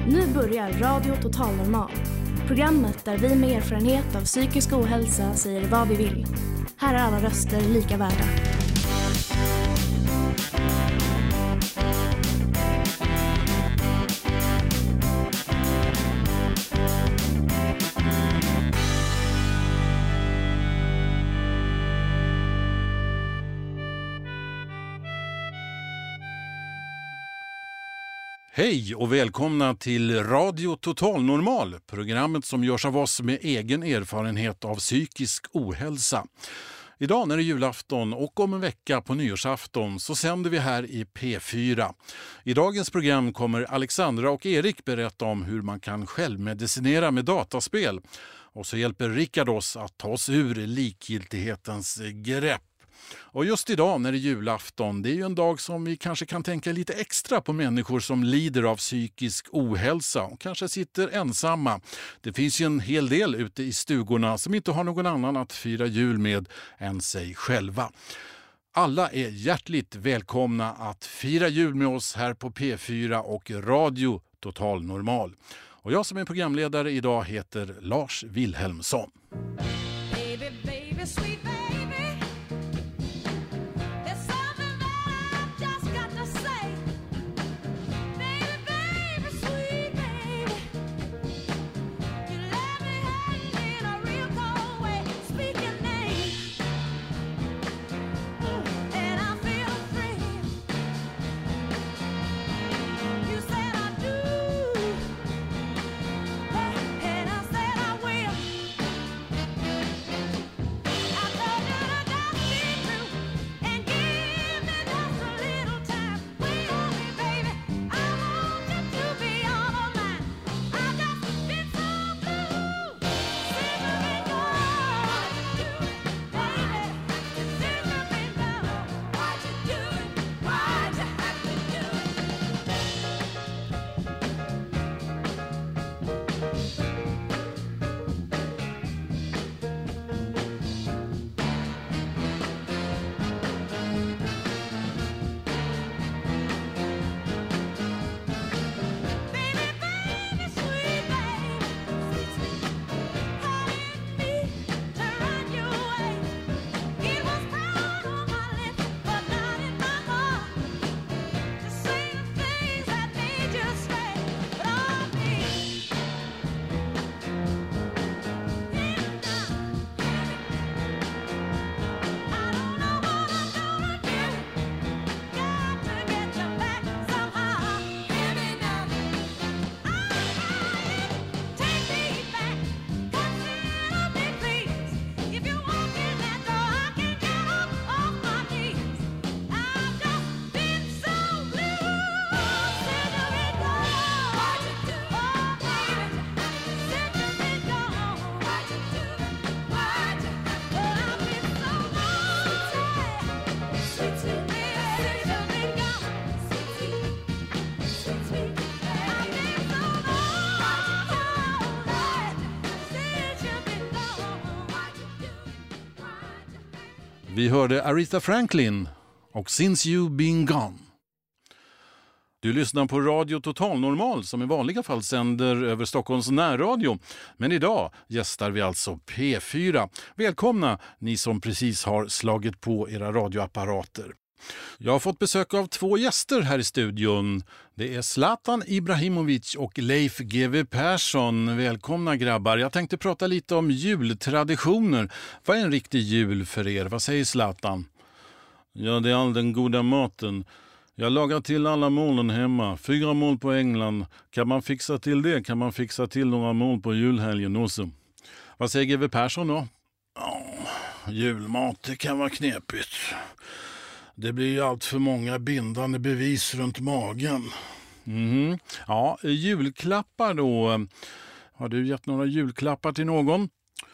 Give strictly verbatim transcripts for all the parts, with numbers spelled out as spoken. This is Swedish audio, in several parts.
Nu börjar Radio Total Normal. Programmet där vi med erfarenhet av psykisk ohälsa säger vad vi vill. Här är alla röster lika värda. Hej och välkomna till Radio Total Normal, programmet som görs av oss med egen erfarenhet av psykisk ohälsa. Idag när det är julafton och om en vecka på nyårsafton så sänder vi här i P fyra. I dagens program kommer Alexandra och Erik berätta om hur man kan självmedicinera med dataspel. Och så hjälper Rickard oss att ta oss ur likgiltighetens grepp. Och just idag när det är julafton, det är ju en dag som vi kanske kan tänka lite extra på människor som lider av psykisk ohälsa och kanske sitter ensamma. Det finns ju en hel del ute i stugorna som inte har någon annan att fira jul med än sig själva. Alla är hjärtligt välkomna att fira jul med oss här på P fyra och Radio Total Normal. Och jag som är programledare idag heter Lars Wilhelmsson. Baby, baby, sweet baby. Vi hörde Aretha Franklin och Since You Been Gone. Du lyssnar på Radio Total Normal som i vanliga fall sänder över Stockholms närradio. Men idag gästar vi alltså P fyra. Välkomna ni som precis har slagit på era radioapparater. Jag har fått besök av två gäster här i studion. Det är Zlatan Ibrahimovic och Leif G W Persson. Välkomna grabbar. Jag tänkte prata lite om jultraditioner. Vad är en riktig jul för er? Vad säger Zlatan? Ja, det är all den goda maten. Jag lagar till alla målen hemma. Fyra mål på England. Kan man fixa till det kan man fixa till några mål på julhelgen också. Vad säger G W Persson då? Ja, julmat det kan vara knepigt. Det blir ju allt för många bindande bevis runt magen. Mm. Ja, julklappar då. Har du gett några julklappar till någon?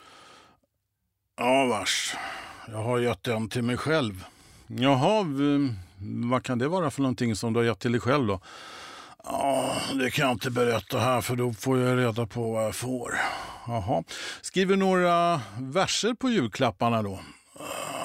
Ja, vars. Jag har gett en till mig själv. Jaha, vad kan det vara för någonting som du har gett till dig själv då? Ja, det kan jag inte berätta här för då får jag reda på vad jag får. Jaha. Skriver några verser på julklapparna då?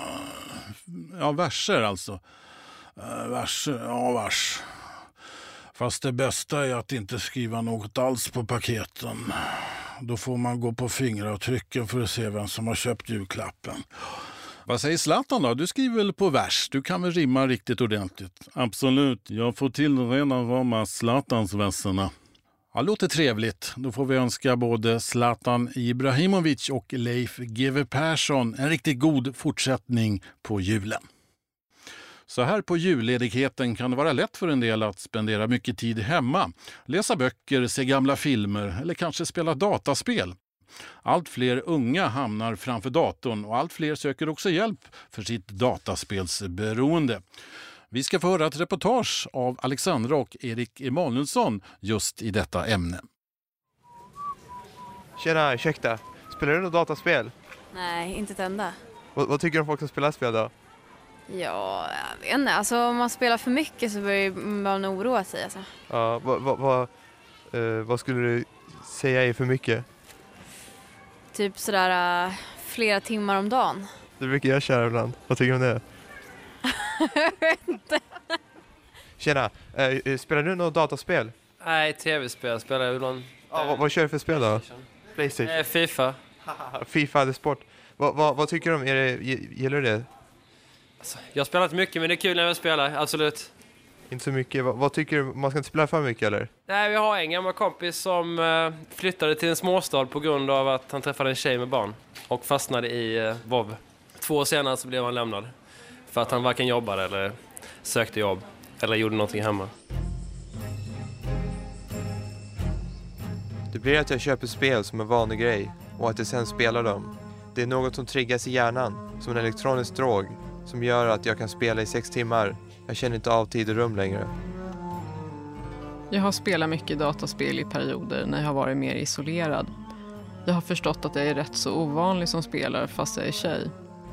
Ja, verser alltså. Uh, verser, ja vers. Fast det bästa är att inte skriva något alls på paketen. Då får man gå på fingeravtrycken för att se vem som har köpt julklappen. Vad säger Zlatan då? Du skriver väl på vers? Du kan väl rimma riktigt ordentligt? Absolut, jag får till rena rama Zlatans verserna. Ja, låter trevligt. Då får vi önska både Zlatan Ibrahimovic och Leif G W Persson en riktigt god fortsättning på julen. Så här på julledigheten kan det vara lätt för en del att spendera mycket tid hemma. Läsa böcker, se gamla filmer eller kanske spela dataspel. Allt fler unga hamnar framför datorn och allt fler söker också hjälp för sitt dataspelsberoende. Vi ska få höra ett reportage av Alexandra och Erik Emanuelsson just i detta ämne. Tjena, ursäkta. Spelar du något dataspel? Nej, inte ett enda. Vad, vad tycker du om folk som spelar spel då? Ja, jag vet inte. Alltså om man spelar för mycket så börjar man oroa sig. Alltså. Ja, vad, vad, vad, eh, vad skulle du säga är för mycket? Typ sådär uh, flera timmar om dagen. Det brukar jag köra ibland. Vad tycker du om det? Jag vet inte. Tjena, eh, spelar du något dataspel? Nej, tv-spel spelar jag ibland. Ja, vad, vad kör du för spel då? PlayStation? Eh, FIFA. FIFA, det är sport. Vad, vad, vad tycker du om? Är det, gillar du det? Alltså, jag har spelat mycket, men det är kul när jag spelar, absolut. Inte så mycket. Vad, vad tycker du? Man ska inte spela för mycket, eller? Nej, vi har en gammal kompis som uh, flyttade till en småstad på grund av att han träffade en tjej med barn. Och fastnade i uh, WoW. Två år senare så blev han lämnad. För att han varken jobbade eller sökte jobb. Eller gjorde någonting hemma. Det blir att jag köper spel som en vanlig grej. Och att jag sen spelar dem. Det är något som triggas i hjärnan. Som en elektronisk drog. Som gör att jag kan spela i sex timmar. Jag känner inte av tid och rum längre. Jag har spelat mycket dataspel i perioder när jag har varit mer isolerad. Jag har förstått att jag är rätt så ovanlig som spelare fast jag är tjej.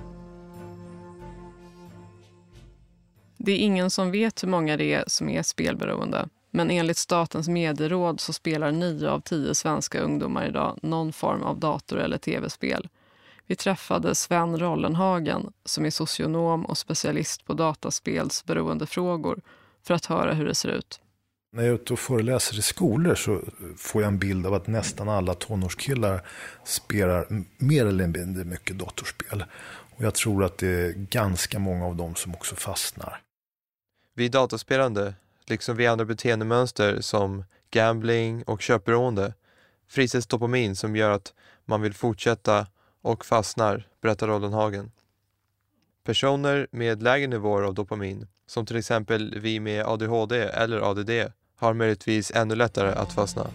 Det är ingen som vet hur många det är som är spelberoende. Men enligt Statens medieråd så spelar nio av tio svenska ungdomar idag någon form av dator- eller tv-spel. Vi träffade Sven Rollenhagen som är socionom och specialist på dataspelsberoendefrågor för att höra hur det ser ut. När jag är ute och föreläser i skolor så får jag en bild av att nästan alla tonårskillar spelar mer eller mindre mycket datorspel. Och jag tror att det är ganska många av dem som också fastnar. Vi dataspelande, liksom vi andra beteendemönster som gambling och köpberoende, frisätts dopamin som gör att man vill fortsätta och fastnar, berättar Rollenhagen. Personer med lägre nivåer av dopamin, som till exempel vi med A D H D eller A D D, har möjligtvis ännu lättare att fastna.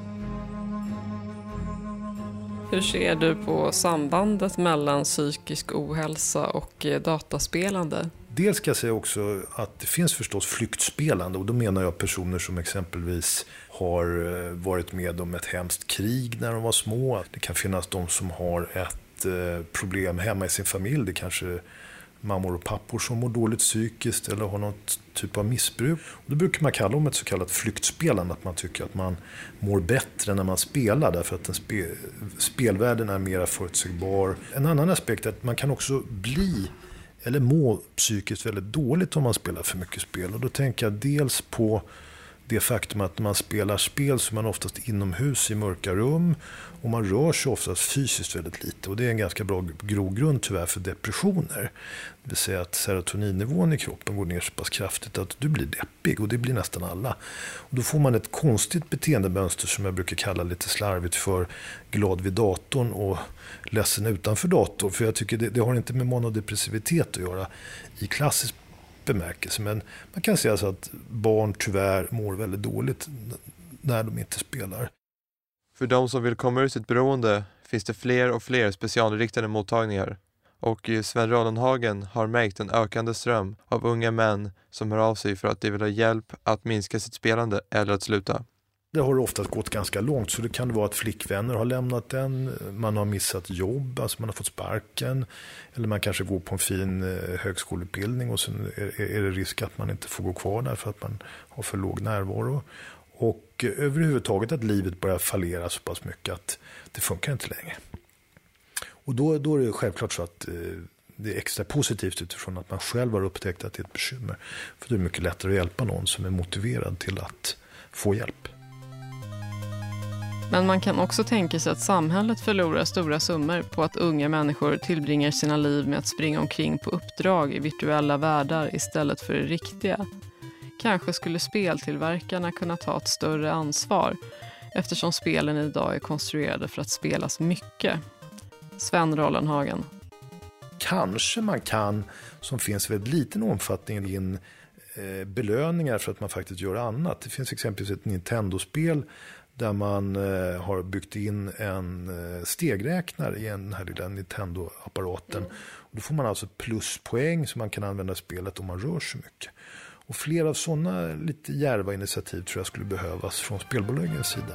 Hur ser du på sambandet mellan psykisk ohälsa och dataspelande? Dels ska jag säga också att det finns förstås flyktspelande, och då menar jag personer som exempelvis har varit med om ett hemskt krig när de var små. Det kan finnas de som har ett problem hemma i sin familj. Det kanske mammor och pappor som mår dåligt psykiskt eller har något typ av missbruk. Och då brukar man kalla om ett så kallat flyktspelande, att man tycker att man mår bättre när man spelar därför att den spe, spelvärlden är mer förutsägbar. En annan aspekt är att man kan också bli eller må psykiskt väldigt dåligt om man spelar för mycket spel. Och då tänker jag dels på det faktum att när man spelar spel så är man oftast inomhus i mörka rum och man rör sig oftast fysiskt väldigt lite, och det är en ganska bra grogrund tyvärr för depressioner. Det vill säga att serotoninnivån i kroppen går ner så pass kraftigt att du blir deppig, och det blir nästan alla. Och då får man ett konstigt beteendemönster som jag brukar kalla lite slarvigt för glad vid datorn och ledsen utanför datorn, för jag tycker det, det har inte med monodepressivitet att göra i klassisk bemärkelse, men man kan säga så att barn tyvärr mår väldigt dåligt när de inte spelar. För de som vill komma ur sitt beroende finns det fler och fler specialriktade mottagningar. Och Sven Rollenhagen har märkt en ökande ström av unga män som hör av sig för att de vill ha hjälp att minska sitt spelande eller att sluta. Det har oftast gått ganska långt, så det kan vara att flickvänner har lämnat en, man har missat jobb, alltså man har fått sparken, eller man kanske går på en fin högskoleutbildning och sen är det risk att man inte får gå kvar där för att man har för låg närvaro. Och överhuvudtaget att livet börjar fallera så pass mycket att det funkar inte längre. Och då, då är det självklart så att det är extra positivt utifrån att man själv har upptäckt att det är ett bekymmer. För det är mycket lättare att hjälpa någon som är motiverad till att få hjälp. Men man kan också tänka sig att samhället förlorar stora summor på att unga människor tillbringar sina liv med att springa omkring på uppdrag i virtuella världar istället för det riktiga. Kanske skulle speltillverkarna kunna ta ett större ansvar eftersom spelen idag är konstruerade för att spelas mycket. Sven Rollenhagen. Kanske man kan, som finns i väldigt liten omfattning, in eh, belöningar för att man faktiskt gör annat. Det finns exempelvis ett Nintendo-spel där man eh, har byggt in en eh, stegräknare i den här lilla Nintendo-apparaten. Och då får man alltså pluspoäng som man kan använda i spelet om man rör så mycket. Och flera av sådana lite djärva initiativ tror jag skulle behövas från spelbolagens sida.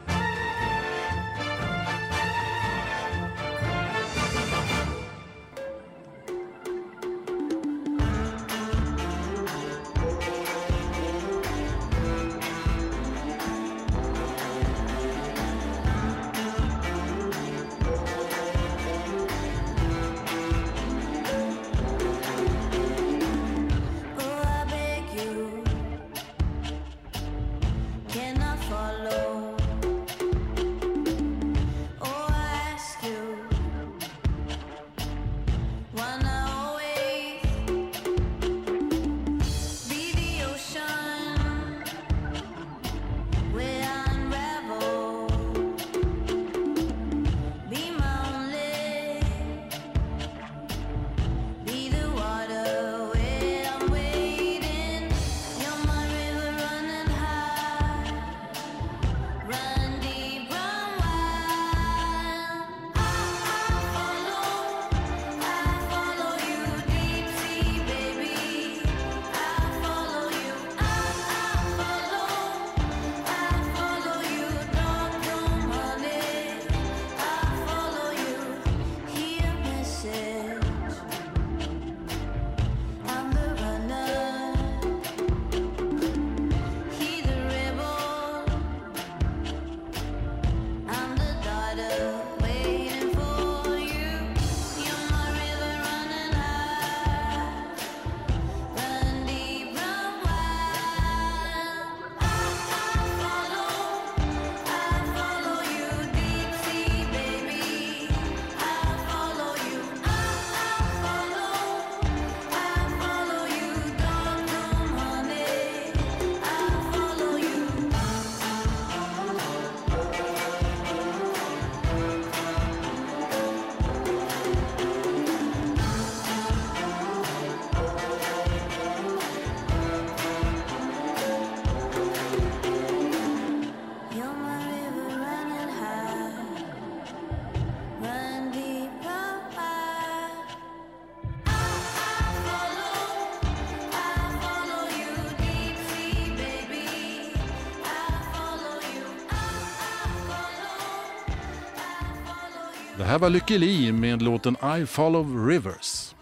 Det här var Lykke Li med låten I Follow Rivers.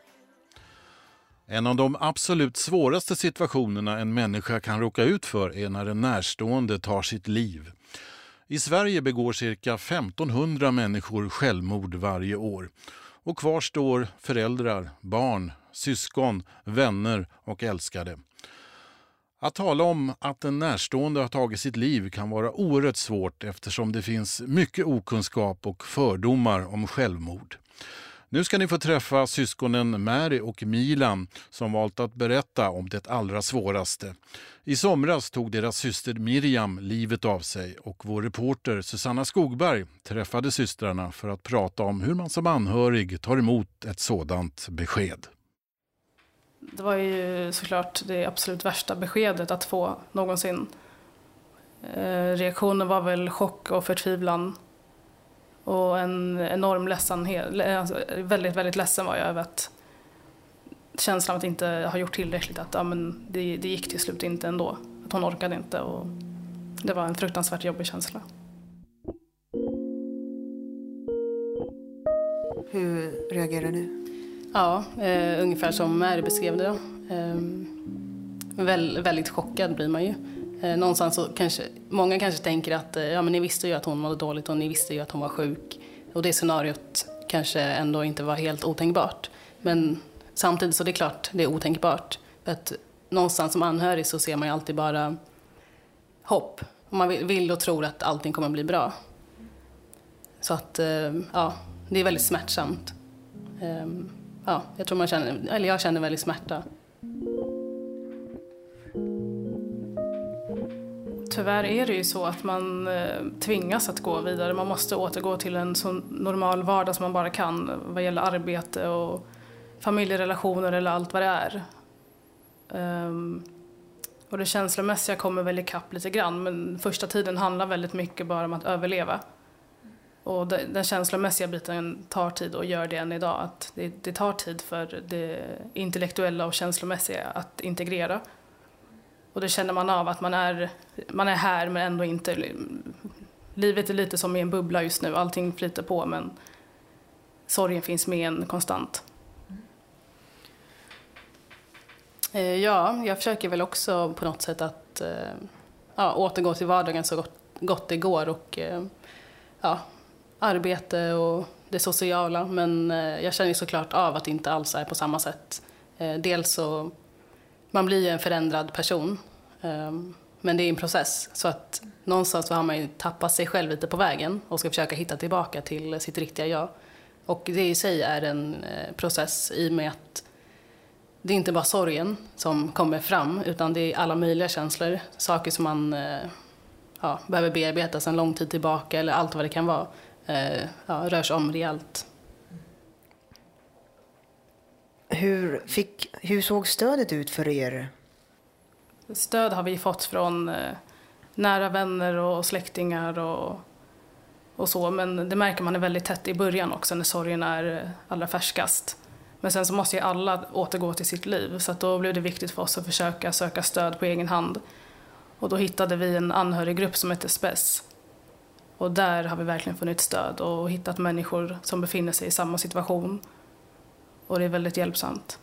En av de absolut svåraste situationerna en människa kan råka ut för är när en närstående tar sitt liv. I Sverige begår cirka femtonhundra människor självmord varje år. Och kvar står föräldrar, barn, syskon, vänner och älskade. Att tala om att en närstående har tagit sitt liv kan vara oerhört svårt eftersom det finns mycket okunskap och fördomar om självmord. Nu ska ni få träffa syskonen Mary och Milan som valt att berätta om det allra svåraste. I somras tog deras syster Miriam livet av sig och vår reporter Susanna Skogberg träffade systrarna för att prata om hur man som anhörig tar emot ett sådant besked. Det var ju såklart det absolut värsta beskedet att få någonsin. Reaktionen var väl chock och förtvivlan. Och en enorm ledsenhet. Alltså, väldigt, väldigt ledsen var jag över att känslan att inte ha gjort tillräckligt. Att ja, men det, det gick till slut inte ändå. Att hon orkade inte. Och det var en fruktansvärt jobbig känsla. Hur reagerar du? Ja, eh, ungefär som Mary beskrev det. Eh, väl, väldigt chockad blir man ju. Eh, någonstans så kanske, många kanske tänker att eh, ja, men ni visste ju att hon mådde dåligt och ni visste ju att hon var sjuk. Och det scenariot kanske ändå inte var helt otänkbart. Men samtidigt så det är klart det är otänkbart. För att någonstans som anhörig så ser man ju alltid bara hopp. Och man vill, vill och tror att allting kommer bli bra. Så att, eh, ja, det är väldigt smärtsamt. Eh, ja, jag tror man känner, eller jag känner väldigt smärta. Tyvärr är det ju så att man eh, tvingas att gå vidare. Man måste återgå till en så normal vardag som man bara kan vad gäller arbete och familjerelationer eller allt vad det är. Um, och det känslomässiga kommer väl ikapp lite grann, men första tiden handlar väldigt mycket bara om att överleva. Och det, den känslomässiga biten tar tid och gör det än idag. Att det, det tar tid för det intellektuella och känslomässiga att integrera. Och det känner man av att man är, man är här men ändå inte. Livet är lite som i en bubbla just nu. Allting flyter på men sorgen finns med en konstant. Ja, jag försöker väl också på något sätt att ja, återgå till vardagen så gott, gott det går. Och ja, arbete och det sociala. Men jag känner såklart av att det inte alls är på samma sätt. Dels så man blir ju en förändrad person, men det är en process. Så att någonstans så har man ju tappat sig själv lite på vägen och ska försöka hitta tillbaka till sitt riktiga jag. Och det i sig är en process i och med att det är inte bara sorgen som kommer fram, utan det är alla möjliga känslor. Saker som man ja, behöver bearbeta sedan lång tid tillbaka eller allt vad det kan vara. Ja, rörs om rejält. Hur, fick, hur såg stödet ut för er? Stöd har vi fått från eh, nära vänner och släktingar och, och så. Men det märker man är väldigt tätt i början också när sorgen är allra färskast. Men sen så måste ju alla återgå till sitt liv. Så att då blev det viktigt för oss att försöka söka stöd på egen hand. Och då hittade vi en anhöriggrupp som heter S P E S. Och där har vi verkligen funnit stöd och hittat människor som befinner sig i samma situation. Och det är väldigt hjälpsamt.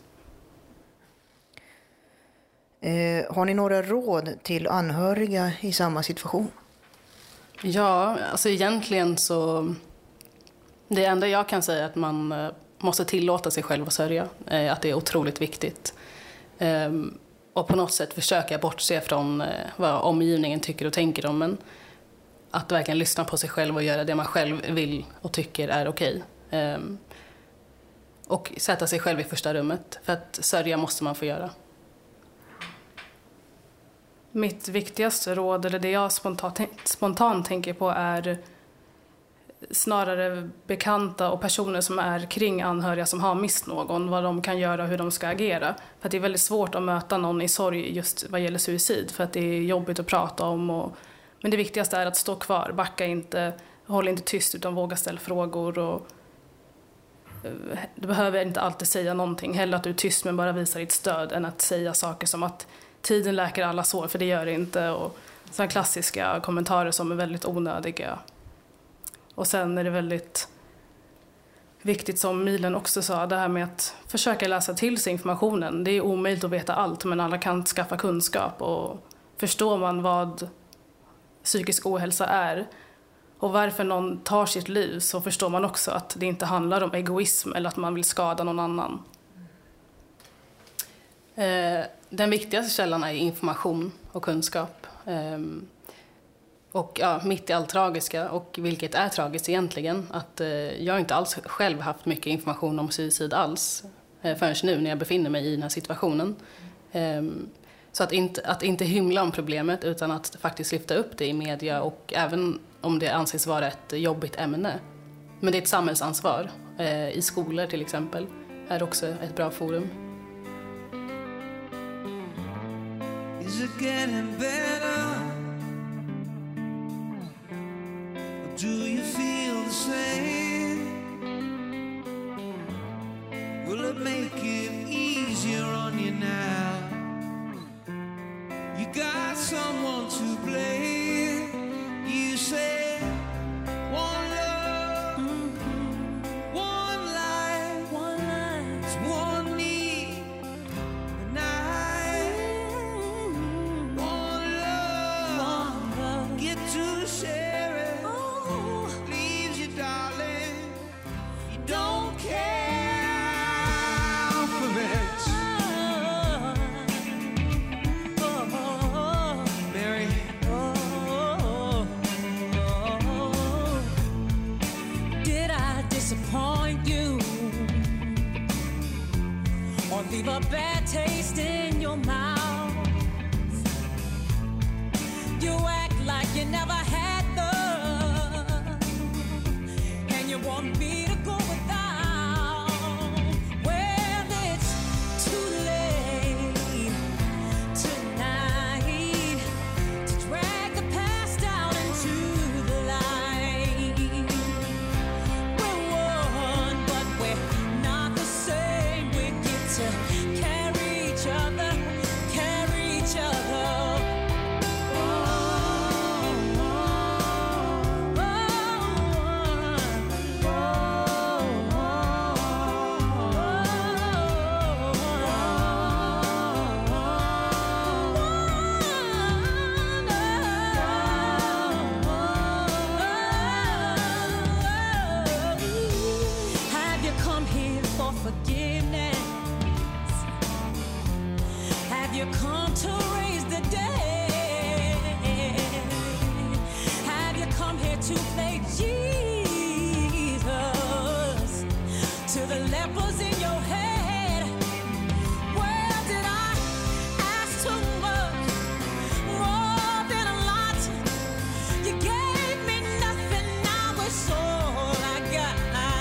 Eh, har ni några råd till anhöriga i samma situation? Ja, alltså egentligen så... Det enda jag kan säga är att man måste tillåta sig själv att sörja. Eh, att det är otroligt viktigt. Eh, och på något sätt försöka bortse från eh, vad omgivningen tycker och tänker om en. Att verkligen lyssna på sig själv och göra det man själv vill och tycker är okej. Eh, Och sätta sig själv i första rummet. För att sörja måste man få göra. Mitt viktigaste råd, eller det jag spontant, spontant tänker på, är snarare bekanta och personer som är kring anhöriga som har mist någon. Vad de kan göra och hur de ska agera. För att det är väldigt svårt att möta någon i sorg just vad gäller suicid. För att det är jobbigt att prata om. Och, men det viktigaste är att stå kvar. Backa inte, håll inte tyst utan våga ställa frågor. Och, du behöver inte alltid säga någonting. Hellre att du är tyst men bara visar ditt stöd än att säga saker som att tiden läker alla sår, för det gör det inte. Och sådana klassiska kommentarer som är väldigt onödiga. Och sen är det väldigt viktigt, som Milen också sa, det här med att försöka läsa till sig informationen. Det är omöjligt att veta allt, men alla kan skaffa kunskap. Och förstår man vad psykisk ohälsa är och varför någon tar sitt liv, så förstår man också att det inte handlar om egoism eller att man vill skada någon annan. Eh, den viktigaste källan är information och kunskap. Eh, och ja, mitt i allt tragiska, och vilket är tragiskt egentligen, att eh, jag inte alls själv haft mycket information om suicid alls eh, förrän nu när jag befinner mig i den här situationen. Eh, så att inte, att inte hymla om problemet utan att faktiskt lyfta upp det i media, och även om det anses vara ett jobbigt ämne. Men det är ett samhällsansvar. Eh, I skolor till exempel är också ett bra forum. Is it getting better? Or do you feel the same? Will it make it easier on you now? You got someone to blame. You say one love, mm-hmm. one life, one life, it's one need, and I, mm-hmm. one love, one love, get to share it, oh. Leaves you, darling. leave a bad taste in your mouth. You act like you never had love, and you want me to go without. Well, it's too late tonight to drag the past out into the light. We're one, but we're not the same. We get to carry each other, carry each other. Have you come here for forgiveness? Have you come to raise the dead? Have you come here to play Jesus to the lepers in your head? Well, did I ask too much? More than a lot. You gave me nothing, now it's all I got.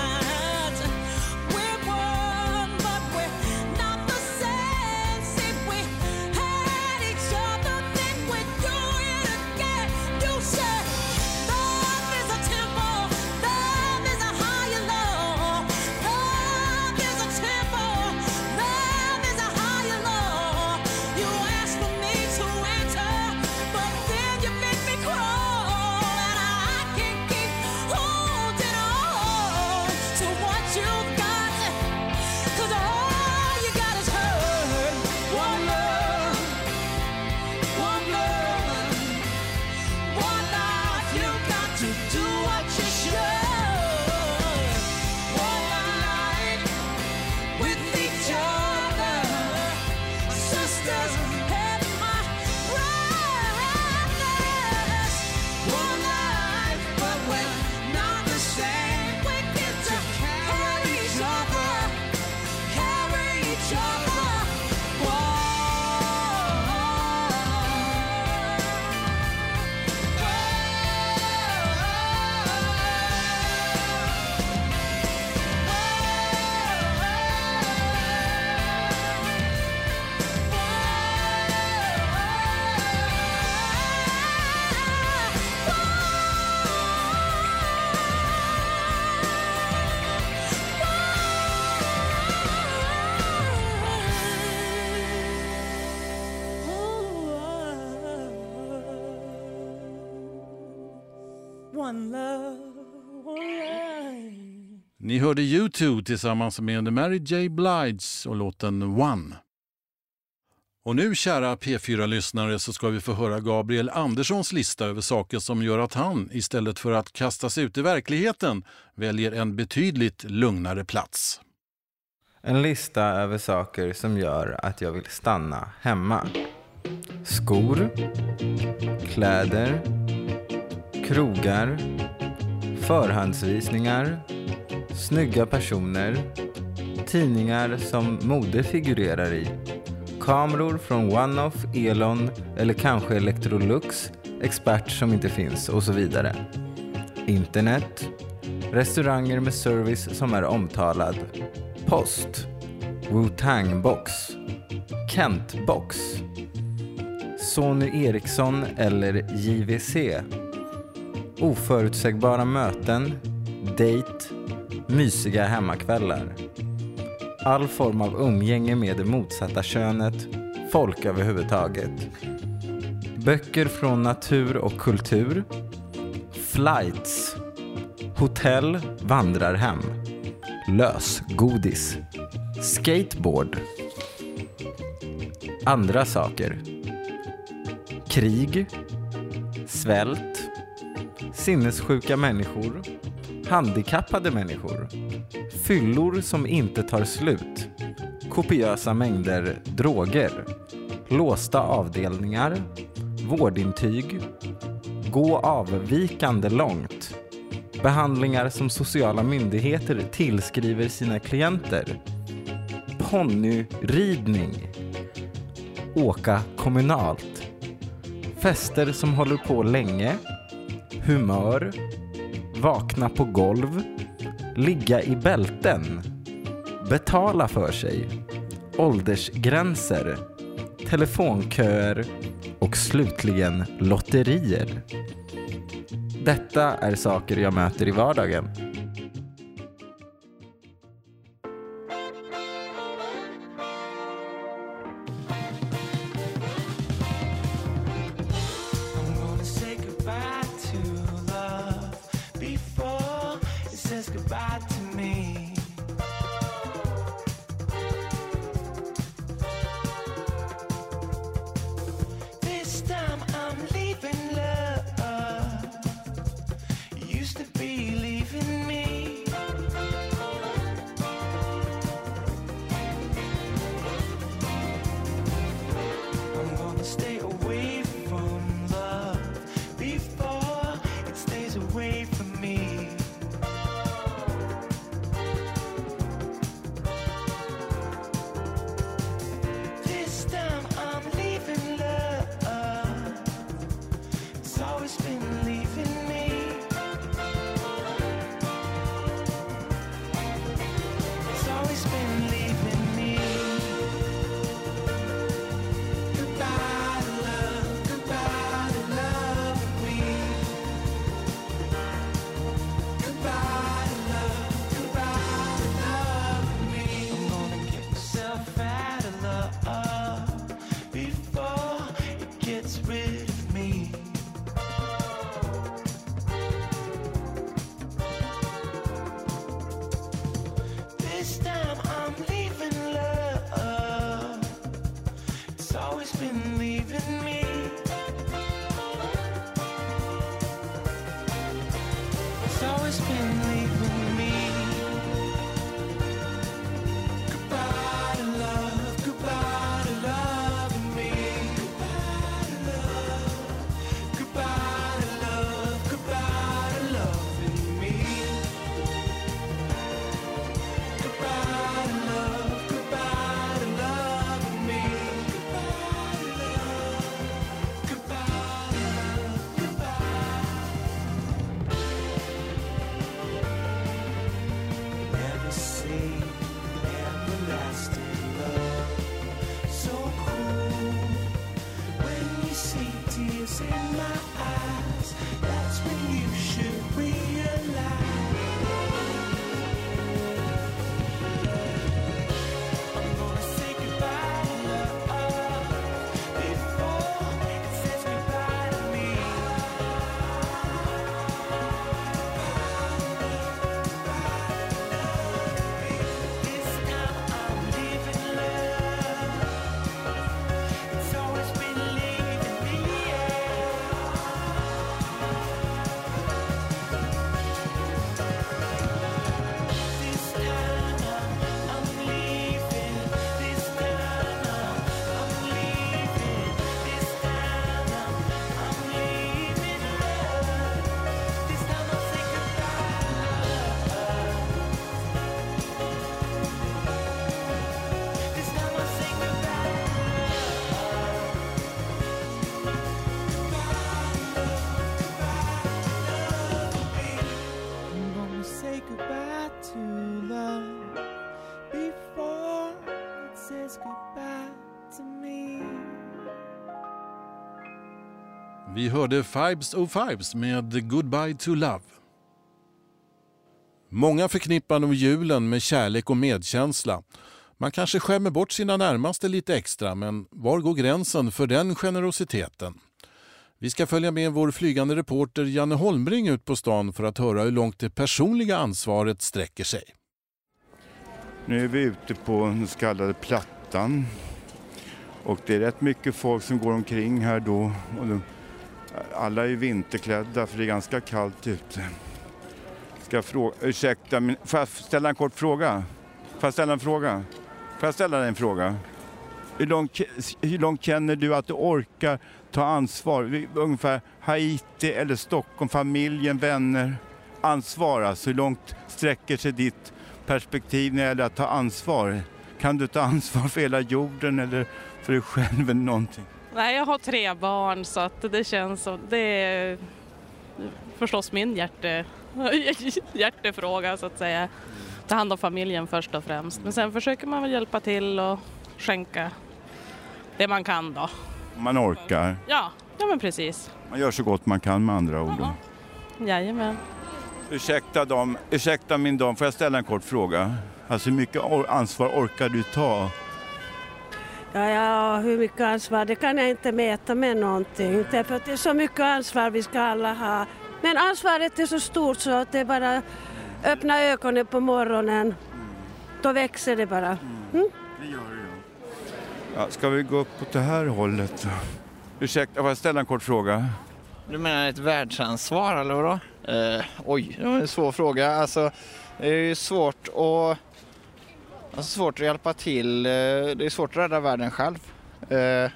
We're one, but we're not the same. See, we had each other, then we do it again. You said love is a temple, love is a higher law. Love is a temple, love is a higher law. You asked for me to enter, but then you made me crawl, and I can't keep holding on to what you got, 'cause all you got is hurt. One love, one love, one life. You got to do what you should. One life with each other, sisters and my brothers. One life, but we're not the same. We get to carry each other, carry each other. One love, one life. Ni hörde U två tillsammans med Mary J. Blige och låten One. Och nu, kära P fyra-lyssnare, så ska vi få höra Gabriel Anderssons lista över saker som gör att han, istället för att kastas ut i verkligheten, väljer en betydligt lugnare plats. En lista över saker som gör att jag vill stanna hemma. Skor, kläder, krogar, förhandsvisningar, snygga personer, tidningar som mode figurerar i, kameror från One-Off, Elon eller kanske Electrolux, expert som inte finns och så vidare. Internet, restauranger med service som är omtalad, post, Wu-Tang-box, Kent-box, Sony Ericsson eller J V C, oförutsägbara möten, date, mysiga hemmakvällar, all form av umgänge med det motsatta könet, folk överhuvudtaget, böcker från natur och kultur, flights, hotell, vandrarhem, lösgodis, skateboard, andra saker, krig, svält, sinnessjuka människor, handikappade människor, fyllor som inte tar slut, kopiösa mängder droger, låsta avdelningar, vårdintyg, gå avvikande långt, behandlingar som sociala myndigheter tillskriver sina klienter, ponnyridning, åka kommunalt, fester som håller på länge, humör, vakna på golv, ligga i bälten, betala för sig, åldersgränser, telefonköer och slutligen lotterier. Detta är saker jag möter i vardagen. Vi hörde Fibes of Fibes med Goodbye to Love. Många förknippar nog julen med kärlek och medkänsla. Man kanske skämmer bort sina närmaste lite extra, men var går gränsen för den generositeten? Vi ska följa med vår flygande reporter Janne Holmbring ut på stan för att höra hur långt det personliga ansvaret sträcker sig. Nu är vi ute på den så kallade Plattan. Och det är rätt mycket folk som går omkring här då. Och de, alla är vinterklädda för det är ganska kallt ute. Ska jag fråga, ursäkta, men får jag ställa en kort fråga? Får jag ställa en fråga? Får jag ställa dig en fråga? Hur långt, hur långt känner du att du orkar ta ansvar? Ungefär Haiti eller Stockholm, familjen, vänner. Ansvar, alltså hur långt sträcker sig ditt perspektiv när det gäller att ta ansvar? Kan du ta ansvar för hela jorden eller för dig själv eller någonting? Nej, jag har tre barn så att det känns som det är förstås min hjärte, hjärtefråga så att säga. Ta hand om familjen först och främst. Men sen försöker man väl hjälpa till och skänka det man kan då. Man orkar. Ja, ja men precis. Man gör så gott man kan med andra ord. Då. Jajamän. Ursäkta, dem, ursäkta min dam, får jag ställa en kort fråga? Alltså hur mycket or- ansvar orkar du ta? Ja, ja, hur mycket ansvar, det kan jag inte mäta med någonting. Därför att det är så mycket ansvar vi ska alla ha. Men ansvaret är så stort så att det är bara öppna ögonen på morgonen. Då växer det bara. Mm? Det gör det, ja. Ja, ska vi gå upp åt det här hållet? Ursäkta, får jag ställa en kort fråga? Du menar ett världsansvar eller vadå? Eh, oj, det var en svår fråga. Alltså, det är ju svårt att, alltså, svårt att hjälpa till. Det är svårt att rädda världen själv. Eh,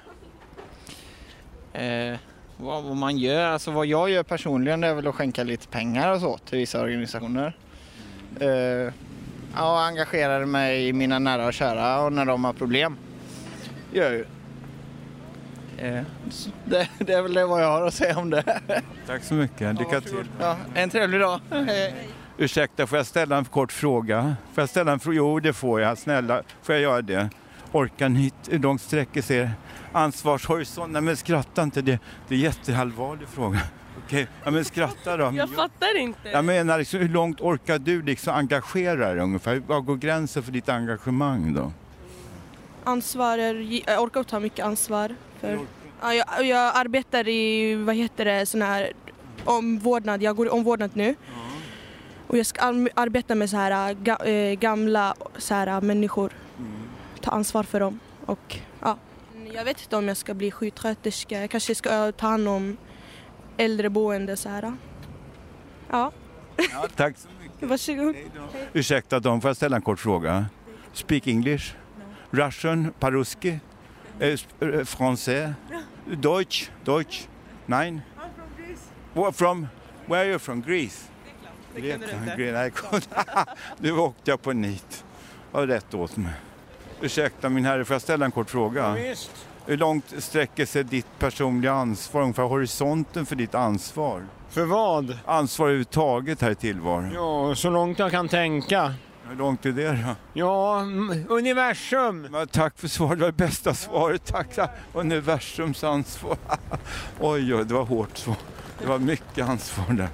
eh, vad, vad man gör, alltså vad jag gör personligen är väl att skänka lite pengar och så till vissa organisationer. Eh, ja, engagerar mig i mina nära och kära och när de har problem. Gör ju. Eh, det, det är väl det vad jag har att säga om det. Tack så mycket, lycka till. Ja, en trevlig dag. Ursäkta, får jag ställa en kort fråga? Får jag ställa en fråga? Jo, det får jag. Snälla, får jag göra det? Orkar ni? Hur långt sträcker sig ansvarshorisont? Nej, men skratta inte. Det, det är en jätteallvarlig fråga. Okej, ja, men skratta då. Jag fattar inte. Jag menar, liksom, hur långt orkar du liksom engagera dig ungefär? Vad går gränsen för ditt engagemang då? Ansvar, jag orkar ta mycket ansvar. För, ja, jag, jag arbetar i, vad heter det, sån här omvårdnad. Jag går i omvårdnad nu. Mm. Och jag ska arbeta med så här ga, gamla så här, människor. Mm. Ta ansvar för dem. Och, ja. Jag vet inte om jag ska bli sjuksköterska. Jag kanske ska ta hand om äldreboende så här. Ja. Ja, tack så mycket. Varsågod. Ursäkta, Dom, får jag ställa en kort fråga? Speak English? No. Russian? Paruski? Eh, Français? Deutsch? Deutsch? Nein? I'm from Greece. Well, from? Where are you from? Greece? Det kan du inte. Nu åkte jag på nit. Var rätt åt mig. Ursäkta min herre, får jag ställa en kort fråga? Ja, visst. Hur långt sträcker sig ditt personliga ansvar? Ungefär horisonten för ditt ansvar? För vad? Ansvar överhuvudtaget här i tillvaron. Ja, så långt jag kan tänka. Hur långt är det då? Ja, universum. Men tack för svaret, det var det bästa svaret. Tack, universums ansvar. Oj, oj, det var hårt så. Det var mycket ansvar där.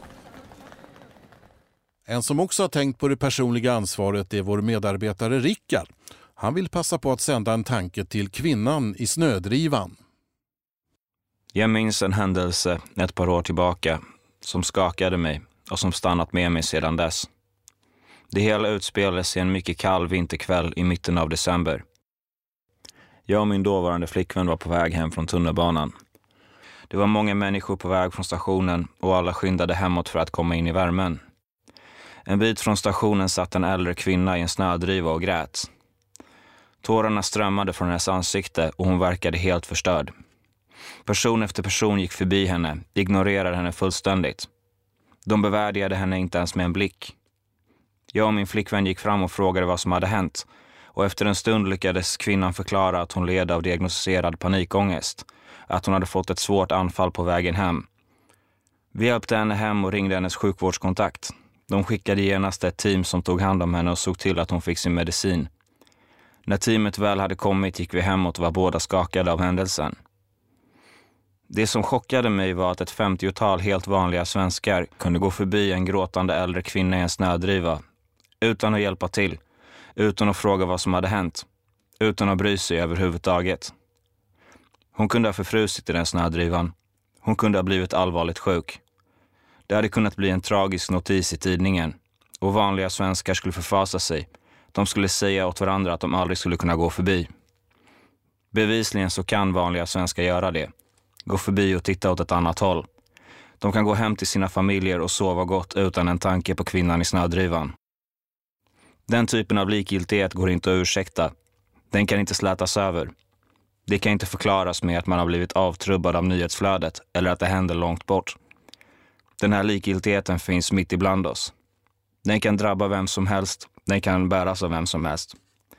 En som också har tänkt på det personliga ansvaret är vår medarbetare Rickard. Han vill passa på att sända en tanke till kvinnan i snödrivan. Jag minns en händelse ett par år tillbaka som skakade mig och som stannat med mig sedan dess. Det hela utspelade sig en mycket kall vinterkväll i mitten av december. Jag och min dåvarande flickvän var på väg hem från tunnelbanan. Det var många människor på väg från stationen och alla skyndade hemåt för att komma in i värmen. En bit från stationen satt en äldre kvinna i en snödriva och grät. Tårarna strömmade från hennes ansikte och hon verkade helt förstörd. Person efter person gick förbi henne, ignorerade henne fullständigt. De bevärdigade henne inte ens med en blick. Jag och min flickvän gick fram och frågade vad som hade hänt. Och efter en stund lyckades kvinnan förklara att hon led av diagnostiserad panikångest. Att hon hade fått ett svårt anfall på vägen hem. Vi hjälpte henne hem och ringde hennes sjukvårdskontakt. De skickade genast ett team som tog hand om henne och såg till att hon fick sin medicin. När teamet väl hade kommit gick vi hemåt och var båda skakade av händelsen. Det som chockade mig var att ett femtiotal helt vanliga svenskar kunde gå förbi en gråtande äldre kvinna i en snödriva utan att hjälpa till, utan att fråga vad som hade hänt, utan att bry sig överhuvudtaget. Hon kunde ha förfrusit i den snödrivan. Hon kunde ha blivit allvarligt sjuk. Det hade kunnat bli en tragisk notis i tidningen och vanliga svenskar skulle förfasa sig. De skulle säga åt varandra att de aldrig skulle kunna gå förbi. Bevisligen så kan vanliga svenskar göra det. Gå förbi och titta åt ett annat håll. De kan gå hem till sina familjer och sova gott utan en tanke på kvinnan i snödrivan. Den typen av likgiltighet går inte att ursäkta. Den kan inte slätas över. Det kan inte förklaras med att man har blivit avtrubbad av nyhetsflödet eller att det händer långt bort. Den här likgiltigheten finns mitt ibland oss. Den kan drabba vem som helst. Den kan bäras av vem som helst.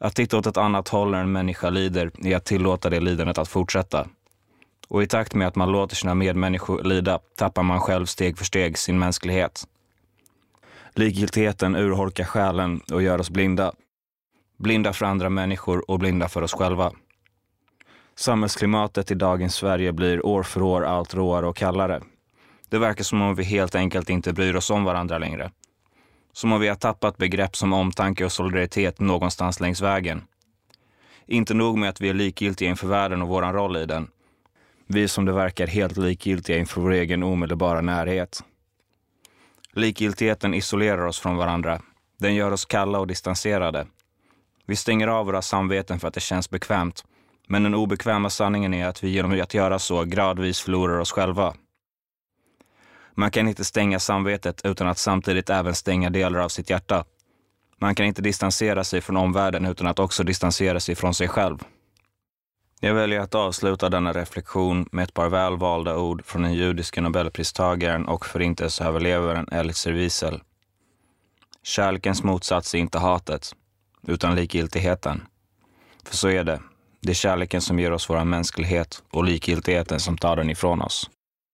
Att titta åt ett annat håll när en människa lider är att tillåta det lidandet att fortsätta. Och i takt med att man låter sina medmänniskor lida tappar man själv steg för steg sin mänsklighet. Likgiltigheten urholkar själen och gör oss blinda. Blinda för andra människor och blinda för oss själva. Samhällsklimatet i dagens Sverige blir år för år allt råare och kallare. Det verkar som om vi helt enkelt inte bryr oss om varandra längre. Som om vi har tappat begrepp som omtanke och solidaritet någonstans längs vägen. Inte nog med att vi är likgiltiga inför världen och våran roll i den. Vi som det verkar helt likgiltiga inför vår egen omedelbara närhet. Likgiltigheten isolerar oss från varandra. Den gör oss kalla och distanserade. Vi stänger av våra samveten för att det känns bekvämt. Men den obekväma sanningen är att vi genom att göra så gradvis förlorar oss själva. Man kan inte stänga samvetet utan att samtidigt även stänga delar av sitt hjärta. Man kan inte distansera sig från omvärlden utan att också distansera sig från sig själv. Jag väljer att avsluta denna reflektion med ett par välvalda ord från den judiska nobelpristagaren och förintelseöverlevaren Elie Wiesel. Kärlekens motsats är inte hatet, utan likgiltigheten. För så är det. Det är kärleken som ger oss vår mänsklighet och likgiltigheten som tar den ifrån oss.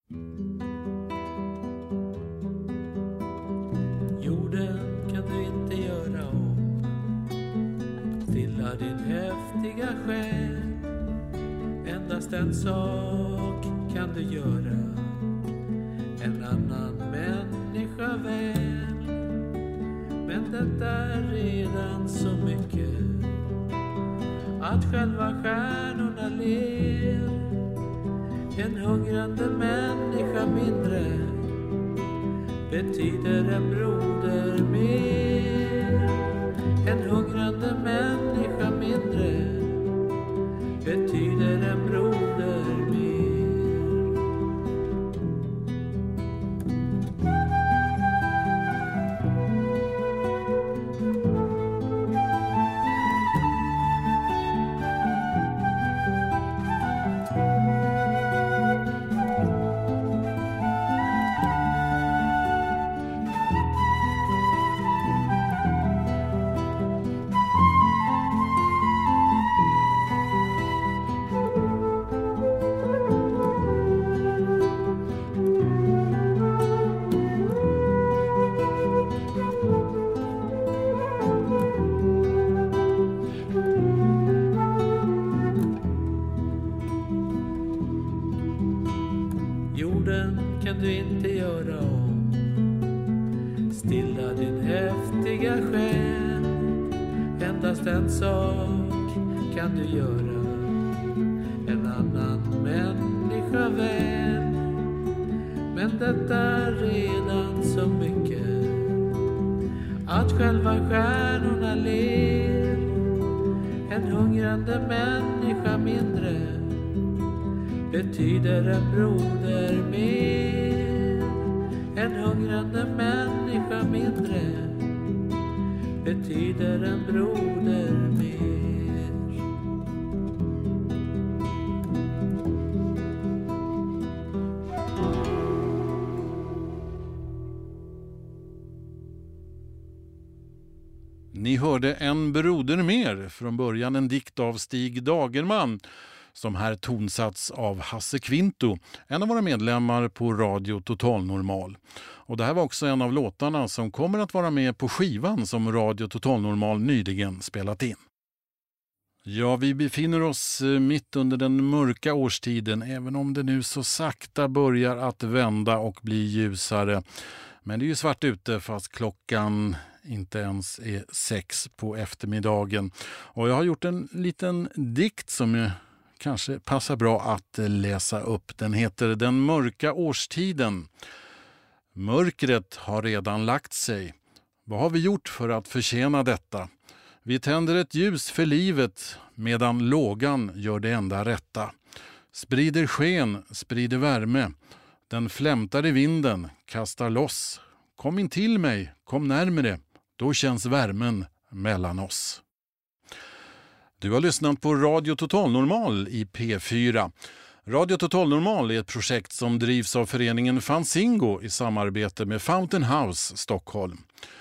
Jorden kan du inte göra om. Stilla din häftiga själ. Endast en sak kan du göra. En annan människa väl. Men det är redan så mycket. Att själva stjärnorna ler. En hungrande människa mindre betyder en broder mer. En hungrande människa mindre betyder en broder mer. Jorden kan du inte göra om. Stilla din häftiga själ. Endast en sak kan du göra. En annan människa väl. Men detta är redan så mycket. Att själva stjärnorna ler. En hungrande människa mindre betyder en broder mer. En hungrande människa mindre betyder en broder mer. Ni hörde En broder mer, från början en dikt av Stig Dagerman, som här tonsats av Hasse Kvinto, en av våra medlemmar på Radio Total Normal. Och det här var också en av låtarna som kommer att vara med på skivan som Radio Total Normal nyligen spelat in. Ja, vi befinner oss mitt under den mörka årstiden, även om det nu så sakta börjar att vända och bli ljusare. Men det är ju svart ute fast klockan inte ens är sex på eftermiddagen. Och jag har gjort en liten dikt som jag kanske passar bra att läsa upp. Den heter Den mörka årstiden. Mörkret har redan lagt sig. Vad har vi gjort för att förtjäna detta? Vi tänder ett ljus för livet medan lågan gör det enda rätta. Sprider sken, sprider värme. Den flämtar i vinden, kastar loss. Kom in till mig, kom närmare. Då känns värmen mellan oss. Du har lyssnat på Radio Total Normal i P fyra. Radio Total Normal är ett projekt som drivs av föreningen Fanzingo i samarbete med Fountain House Stockholm.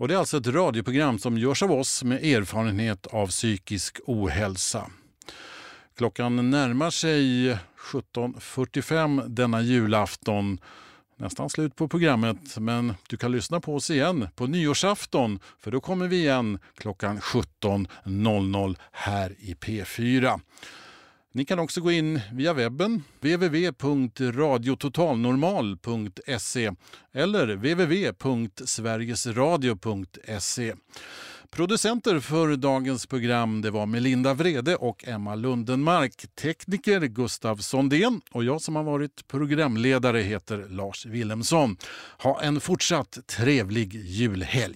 Och det är alltså ett radioprogram som görs av oss med erfarenhet av psykisk ohälsa. Klockan närmar sig sjutton fyrtiofem denna julafton. Nästan slut på programmet, men du kan lyssna på oss igen på nyårsafton, för då kommer vi igen klockan sjutton här i P fyra. Ni kan också gå in via webben w w w punkt radiototalnormal punkt se eller w w w punkt sverigesradio punkt se. Producenter för dagens program det var Melinda Vrede och Emma Lundenmark. Tekniker Gustav Sondén och jag som har varit programledare heter Lars Wilhelmsson. Ha en fortsatt trevlig julhelg.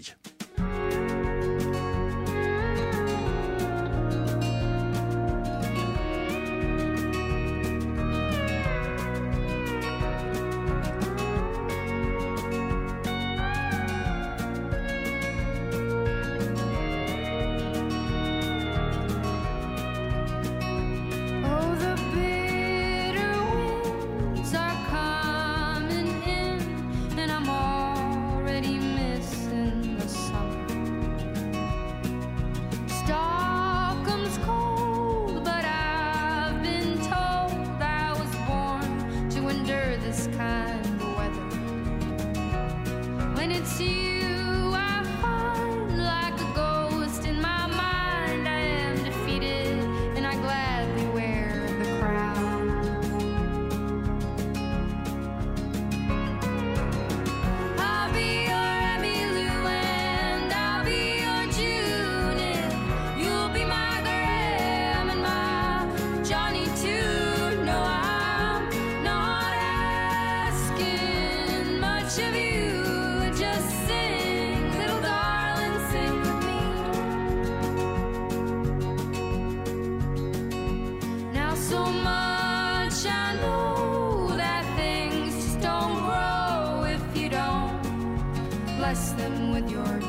Oh, the bitter winds are coming in, and I'm already missing the summer. Stockholm's cold, but I've been told I was born to endure this kind of weather. When it's you, I find like a ghost in my mind. I am defeated, and I gladly wear the crown. I'll be your Emmylou and I'll be your June. If you'll be my Graham and my Johnny too. No, I'm not asking much of you. Just sing, little darling, sing with me. Now so much I know that things just don't grow if you don't bless them with your